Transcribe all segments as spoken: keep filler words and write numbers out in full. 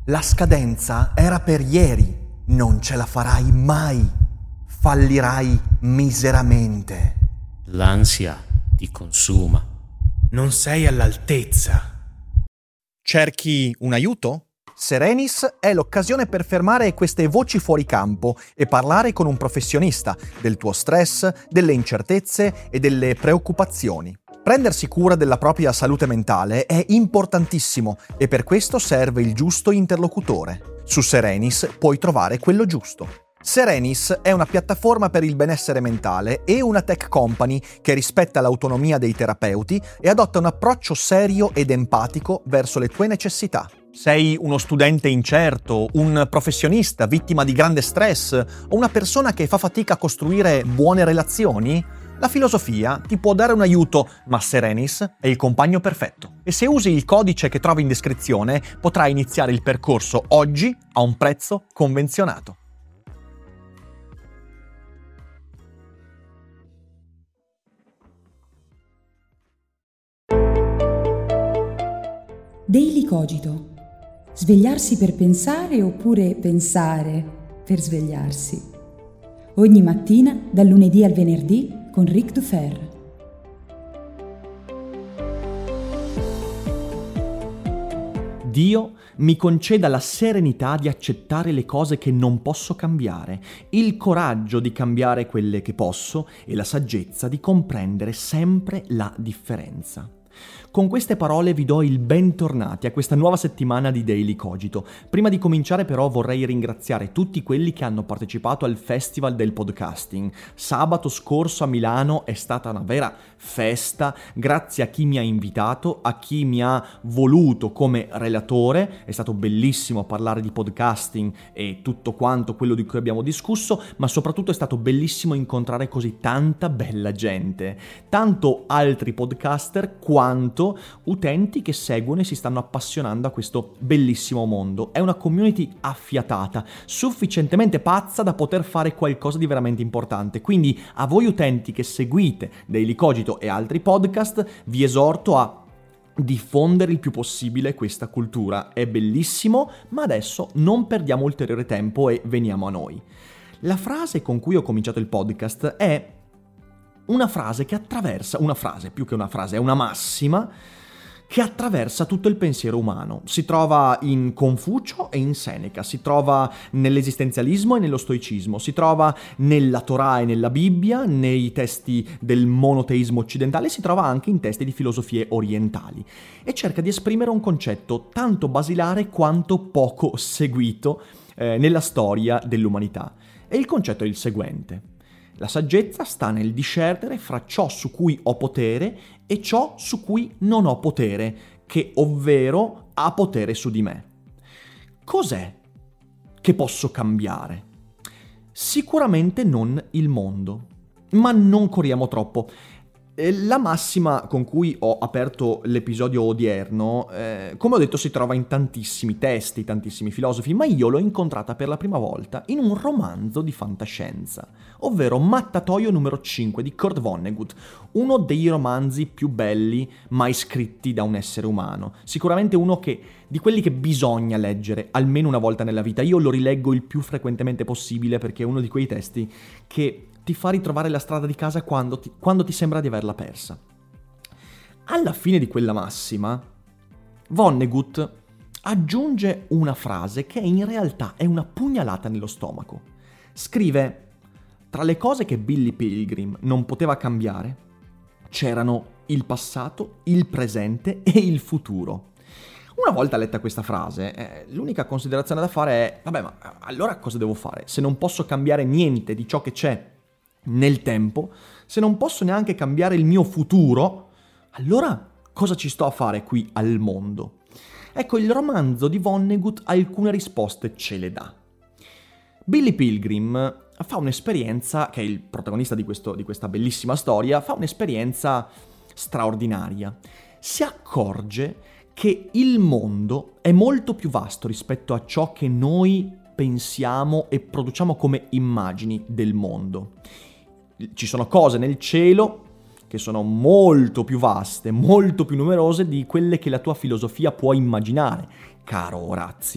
La scadenza era per ieri, non ce la farai mai, fallirai miseramente. L'ansia ti consuma. Non sei all'altezza. Cerchi un aiuto? Serenis è l'occasione per fermare queste voci fuori campo e parlare con un professionista del tuo stress, delle incertezze e delle preoccupazioni. Prendersi cura della propria salute mentale è importantissimo e per questo serve il giusto interlocutore. Su Serenis puoi trovare quello giusto. Serenis è una piattaforma per il benessere mentale e una tech company che rispetta l'autonomia dei terapeuti e adotta un approccio serio ed empatico verso le tue necessità. Sei uno studente incerto, un professionista vittima di grande stress o una persona che fa fatica a costruire buone relazioni? La filosofia ti può dare un aiuto, ma Serenis è il compagno perfetto. E se usi il codice che trovi in descrizione, potrai iniziare il percorso oggi a un prezzo convenzionato. Daily Cogito. Svegliarsi per pensare oppure pensare per svegliarsi. Ogni mattina, dal lunedì al venerdì, con Ric Dufer. Dio mi conceda la serenità di accettare le cose che non posso cambiare, il coraggio di cambiare quelle che posso e la saggezza di comprendere sempre la differenza. Con queste parole vi do il bentornati a questa nuova settimana di Daily Cogito. Prima di cominciare però vorrei ringraziare tutti quelli che hanno partecipato al Festival del Podcasting. Sabato scorso a Milano è stata una vera festa, grazie a chi mi ha invitato, a chi mi ha voluto come relatore. È stato bellissimo parlare di podcasting e tutto quanto quello di cui abbiamo discusso, ma soprattutto è stato bellissimo incontrare così tanta bella gente, tanto altri podcaster quanto utenti che seguono e si stanno appassionando a questo bellissimo mondo. È una community affiatata, sufficientemente pazza da poter fare qualcosa di veramente importante. Quindi a voi utenti che seguite Daily Cogito e altri podcast, vi esorto a diffondere il più possibile questa cultura. È bellissimo, ma adesso non perdiamo ulteriore tempo e veniamo a noi. La frase con cui ho cominciato il podcast è una frase che attraversa, una frase più che una frase, è una massima che attraversa tutto il pensiero umano. Si trova in Confucio e in Seneca, si trova nell'esistenzialismo e nello stoicismo, si trova nella Torah e nella Bibbia, nei testi del monoteismo occidentale, si trova anche in testi di filosofie orientali e cerca di esprimere un concetto tanto basilare quanto poco seguito eh, nella storia dell'umanità. E il concetto è il seguente: la saggezza sta nel discernere fra ciò su cui ho potere e ciò su cui non ho potere, che ovvero ha potere su di me. Cos'è che posso cambiare? Sicuramente non il mondo, ma non corriamo troppo. La massima con cui ho aperto l'episodio odierno, eh, come ho detto, si trova in tantissimi testi, tantissimi filosofi, ma io l'ho incontrata per la prima volta in un romanzo di fantascienza, ovvero Mattatoio numero cinque di Kurt Vonnegut, uno dei romanzi più belli mai scritti da un essere umano. Sicuramente uno che, di quelli che bisogna leggere almeno una volta nella vita. Io lo rileggo il più frequentemente possibile perché è uno di quei testi che ti fa ritrovare la strada di casa quando ti, quando ti sembra di averla persa. Alla fine di quella massima, Vonnegut aggiunge una frase che in realtà è una pugnalata nello stomaco. Scrive: tra le cose che Billy Pilgrim non poteva cambiare, c'erano il passato, il presente e il futuro. Una volta letta questa frase, eh, l'unica considerazione da fare è: vabbè, ma allora cosa devo fare? Se non posso cambiare niente di ciò che c'è nel tempo, se non posso neanche cambiare il mio futuro, allora cosa ci sto a fare qui al mondo? Ecco, il romanzo di Vonnegut alcune risposte ce le dà. Billy Pilgrim fa un'esperienza, che è il protagonista di, questo, di questa bellissima storia, fa un'esperienza straordinaria. Si accorge che il mondo è molto più vasto rispetto a ciò che noi pensiamo e produciamo come immagini del mondo. Ci sono cose nel cielo che sono molto più vaste, molto più numerose di quelle che la tua filosofia può immaginare, caro Orazio.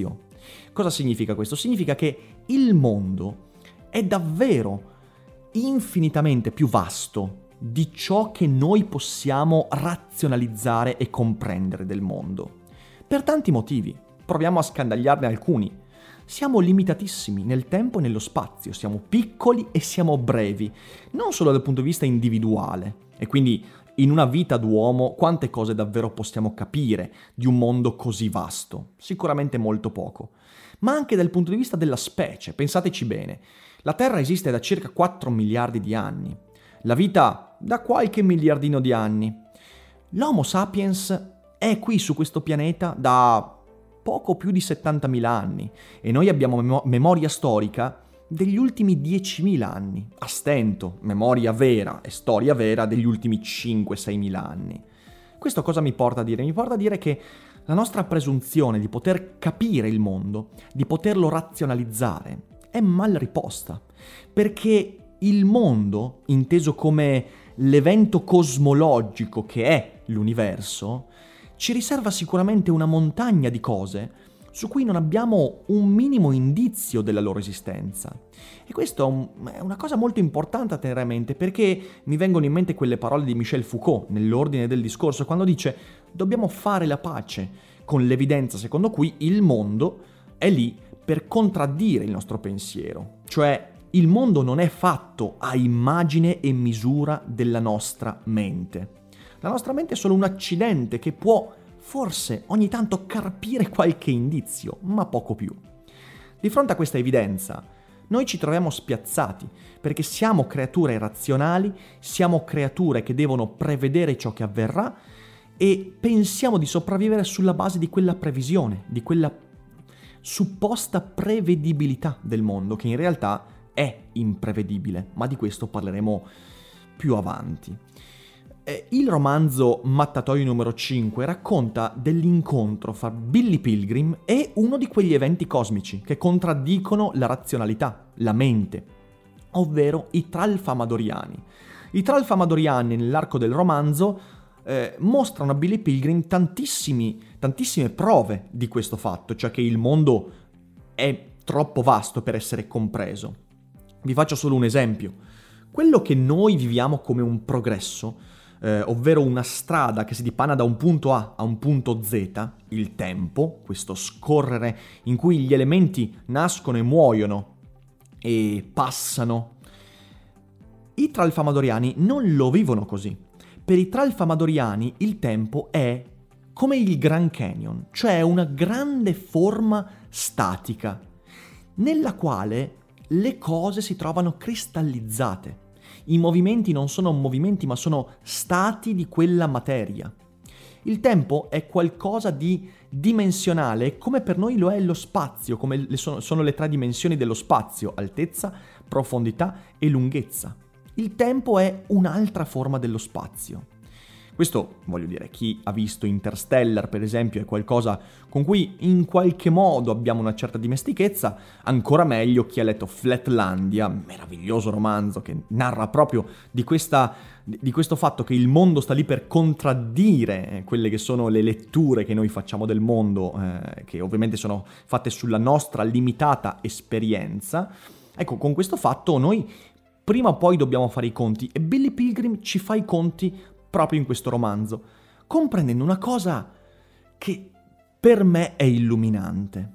Cosa significa questo? Significa che il mondo è davvero infinitamente più vasto di ciò che noi possiamo razionalizzare e comprendere del mondo. Per tanti motivi, proviamo a scandagliarne alcuni. Siamo limitatissimi nel tempo e nello spazio, siamo piccoli e siamo brevi, non solo dal punto di vista individuale, e quindi in una vita d'uomo quante cose davvero possiamo capire di un mondo così vasto? Sicuramente molto poco. Ma anche dal punto di vista della specie, pensateci bene, la Terra esiste da circa quattro miliardi di anni, la vita da qualche miliardino di anni. L'Homo sapiens è qui su questo pianeta da poco più di settantamila anni e noi abbiamo mem- memoria storica degli ultimi diecimila anni, a stento, memoria vera e storia vera degli ultimi cinque seimila anni. Questo cosa mi porta a dire? Mi porta a dire che la nostra presunzione di poter capire il mondo, di poterlo razionalizzare, è mal riposta, perché il mondo, inteso come l'evento cosmologico che è l'universo, ci riserva sicuramente una montagna di cose su cui non abbiamo un minimo indizio della loro esistenza. E questo è, un, è una cosa molto importante a tenere a mente, perché mi vengono in mente quelle parole di Michel Foucault nell'ordine del discorso, quando dice: dobbiamo fare la pace con l'evidenza secondo cui il mondo è lì per contraddire il nostro pensiero, cioè il mondo non è fatto a immagine e misura della nostra mente. La nostra mente è solo un accidente che può forse ogni tanto carpire qualche indizio, ma poco più. Di fronte a questa evidenza, noi ci troviamo spiazzati, perché siamo creature razionali, siamo creature che devono prevedere ciò che avverrà e pensiamo di sopravvivere sulla base di quella previsione, di quella supposta prevedibilità del mondo, che in realtà è imprevedibile, ma di questo parleremo più avanti. Il romanzo Mattatoio numero cinque racconta dell'incontro fra Billy Pilgrim e uno di quegli eventi cosmici che contraddicono la razionalità, la mente, ovvero i Tralfamadoriani. I Tralfamadoriani nell'arco del romanzo eh, mostrano a Billy Pilgrim tantissimi, tantissime prove di questo fatto, cioè che il mondo è troppo vasto per essere compreso. Vi faccio solo un esempio. Quello che noi viviamo come un progresso, Eh, ovvero una strada che si dipana da un punto A a un punto Z, il tempo, questo scorrere in cui gli elementi nascono e muoiono e passano. I Tralfamadoriani non lo vivono così. Per i Tralfamadoriani il tempo è come il Grand Canyon, cioè una grande forma statica, nella quale le cose si trovano cristallizzate. I movimenti non sono movimenti, ma sono stati di quella materia. Il tempo è qualcosa di dimensionale, come per noi lo è lo spazio, come le sono, sono le tre dimensioni dello spazio: altezza, profondità e lunghezza. Il tempo è un'altra forma dello spazio. Questo, voglio dire, chi ha visto Interstellar, per esempio, è qualcosa con cui in qualche modo abbiamo una certa dimestichezza, ancora meglio chi ha letto Flatlandia, meraviglioso romanzo che narra proprio di, questa, di questo fatto che il mondo sta lì per contraddire quelle che sono le letture che noi facciamo del mondo, eh, che ovviamente sono fatte sulla nostra limitata esperienza. Ecco, con questo fatto noi prima o poi dobbiamo fare i conti, e Billy Pilgrim ci fa i conti proprio in questo romanzo, comprendendo una cosa che per me è illuminante.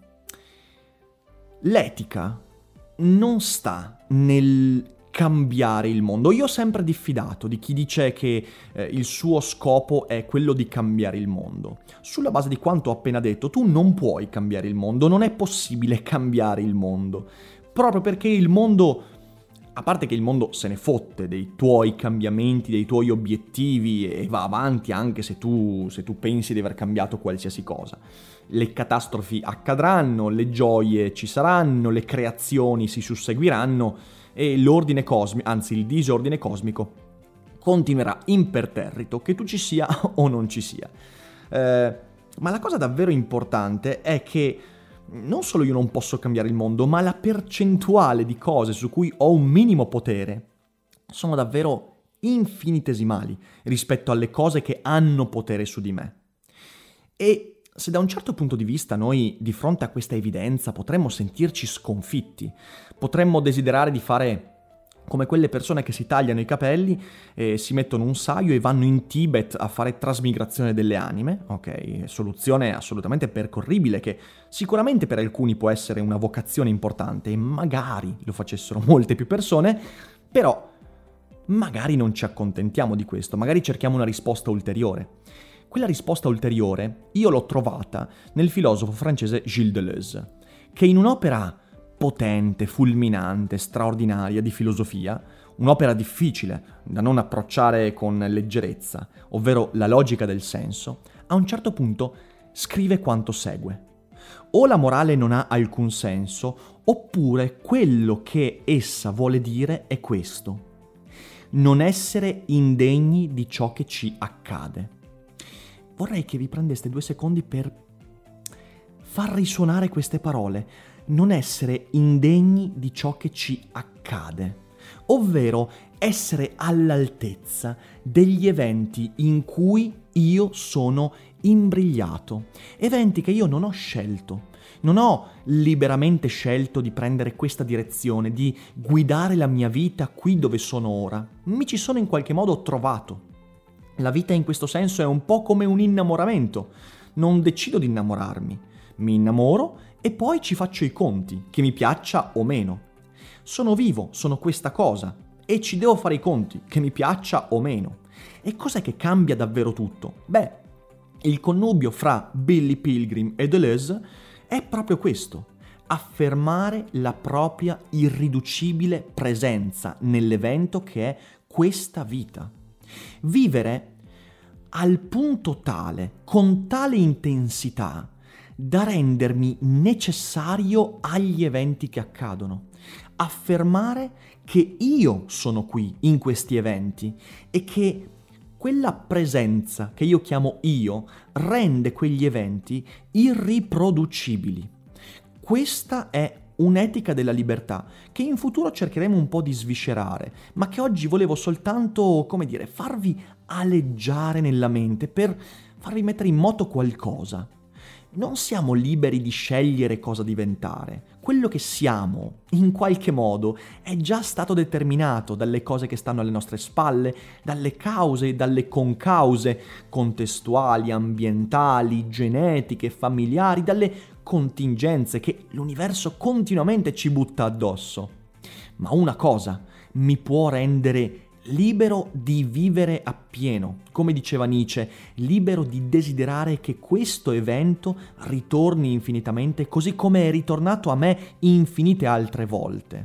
L'etica non sta nel cambiare il mondo. Io ho sempre diffidato di chi dice che eh, il suo scopo è quello di cambiare il mondo. Sulla base di quanto ho appena detto, tu non puoi cambiare il mondo, non è possibile cambiare il mondo, proprio perché il mondo, a parte che il mondo se ne fotte dei tuoi cambiamenti, dei tuoi obiettivi, e va avanti anche se tu, se tu pensi di aver cambiato qualsiasi cosa. Le catastrofi accadranno, le gioie ci saranno, le creazioni si susseguiranno e l'ordine cosmico, anzi il disordine cosmico, continuerà imperterrito, che tu ci sia o non ci sia. Eh, ma la cosa davvero importante è che non solo io non posso cambiare il mondo, ma la percentuale di cose su cui ho un minimo potere sono davvero infinitesimali rispetto alle cose che hanno potere su di me. E se da un certo punto di vista noi di fronte a questa evidenza potremmo sentirci sconfitti, potremmo desiderare di fare come quelle persone che si tagliano i capelli e si mettono un saio e vanno in Tibet a fare trasmigrazione delle anime, ok, soluzione assolutamente percorribile che sicuramente per alcuni può essere una vocazione importante e magari lo facessero molte più persone, però magari non ci accontentiamo di questo, magari cerchiamo una risposta ulteriore. Quella risposta ulteriore io l'ho trovata nel filosofo francese Gilles Deleuze, che in un'opera potente, fulminante, straordinaria di filosofia, un'opera difficile da non approcciare con leggerezza, ovvero La logica del senso, a un certo punto scrive quanto segue. O la morale non ha alcun senso, oppure quello che essa vuole dire è questo: non essere indegni di ciò che ci accade. Vorrei che vi prendeste due secondi per far risuonare queste parole. Non essere indegni di ciò che ci accade, ovvero essere all'altezza degli eventi in cui io sono imbrigliato, eventi che io non ho scelto, non ho liberamente scelto di prendere questa direzione, di guidare la mia vita qui dove sono ora, mi ci sono in qualche modo trovato. La vita in questo senso è un po' come un innamoramento, non decido di innamorarmi, mi innamoro e poi ci faccio i conti, che mi piaccia o meno. Sono vivo, sono questa cosa, e ci devo fare i conti, che mi piaccia o meno. E cos'è che cambia davvero tutto? Beh, il connubio fra Billy Pilgrim e Deleuze è proprio questo: affermare la propria irriducibile presenza nell'evento che è questa vita. Vivere al punto tale, con tale intensità, da rendermi necessario agli eventi che accadono. Affermare che io sono qui in questi eventi e che quella presenza che io chiamo io rende quegli eventi irriproducibili. Questa è un'etica della libertà che in futuro cercheremo un po' di sviscerare, ma che oggi volevo soltanto, come dire, farvi aleggiare nella mente per farvi mettere in moto qualcosa. Non siamo liberi di scegliere cosa diventare. Quello che siamo, in qualche modo, è già stato determinato dalle cose che stanno alle nostre spalle, dalle cause e dalle concause contestuali, ambientali, genetiche, familiari, dalle contingenze che l'universo continuamente ci butta addosso. Ma una cosa mi può rendere libero di vivere appieno, come diceva Nietzsche, libero di desiderare che questo evento ritorni infinitamente, così come è ritornato a me infinite altre volte.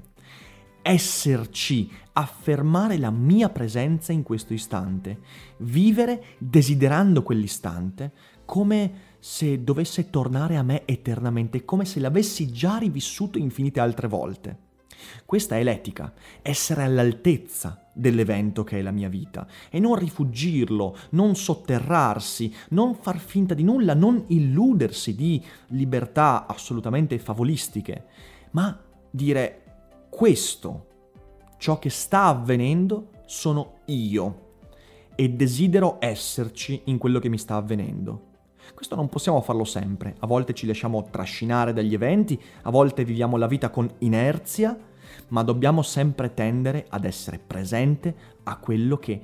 Esserci, affermare la mia presenza in questo istante, vivere desiderando quell'istante come se dovesse tornare a me eternamente, come se l'avessi già rivissuto infinite altre volte. Questa è l'etica, essere all'altezza dell'evento che è la mia vita e non rifuggirlo, non sotterrarsi, non far finta di nulla, non illudersi di libertà assolutamente favolistiche, ma dire: questo, ciò che sta avvenendo, sono io e desidero esserci in quello che mi sta avvenendo. Questo non possiamo farlo sempre, a volte ci lasciamo trascinare dagli eventi, a volte viviamo la vita con inerzia, ma dobbiamo sempre tendere ad essere presente a quello che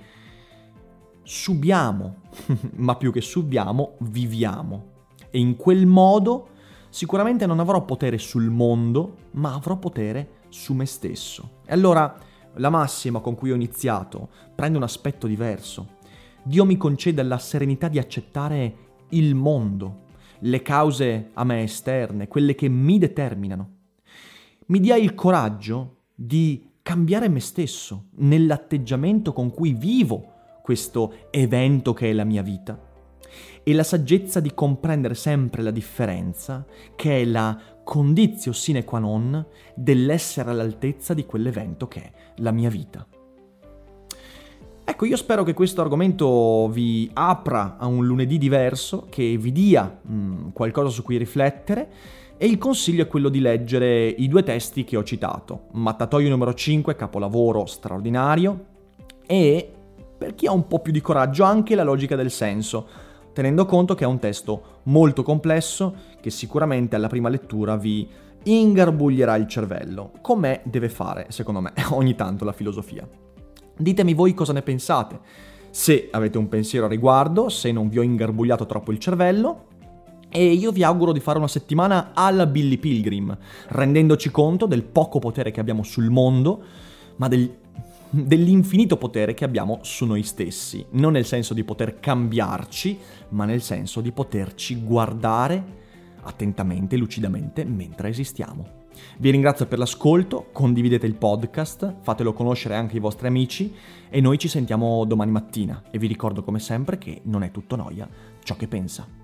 subiamo, ma più che subiamo, viviamo. E in quel modo sicuramente non avrò potere sul mondo, ma avrò potere su me stesso. E allora la massima con cui ho iniziato prende un aspetto diverso. Dio mi concede la serenità di accettare il mondo, le cause a me esterne, quelle che mi determinano. Mi dia il coraggio di cambiare me stesso nell'atteggiamento con cui vivo questo evento che è la mia vita e la saggezza di comprendere sempre la differenza che è la conditio sine qua non dell'essere all'altezza di quell'evento che è la mia vita. Ecco, io spero che questo argomento vi apra a un lunedì diverso, che vi dia mh, qualcosa su cui riflettere, e il consiglio è quello di leggere i due testi che ho citato, Mattatoio numero cinque, capolavoro straordinario, e, per chi ha un po' più di coraggio, anche La logica del senso, tenendo conto che è un testo molto complesso che sicuramente alla prima lettura vi ingarbuglierà il cervello, come deve fare, secondo me, ogni tanto la filosofia. Ditemi voi cosa ne pensate, se avete un pensiero a riguardo, se non vi ho ingarbugliato troppo il cervello, e io vi auguro di fare una settimana alla Billy Pilgrim, rendendoci conto del poco potere che abbiamo sul mondo, ma del, dell'infinito potere che abbiamo su noi stessi. Non nel senso di poter cambiarci, ma nel senso di poterci guardare attentamente e lucidamente mentre esistiamo. Vi ringrazio per l'ascolto, condividete il podcast, fatelo conoscere anche ai vostri amici e noi ci sentiamo domani mattina. E vi ricordo come sempre che non è tutto noia ciò che pensa.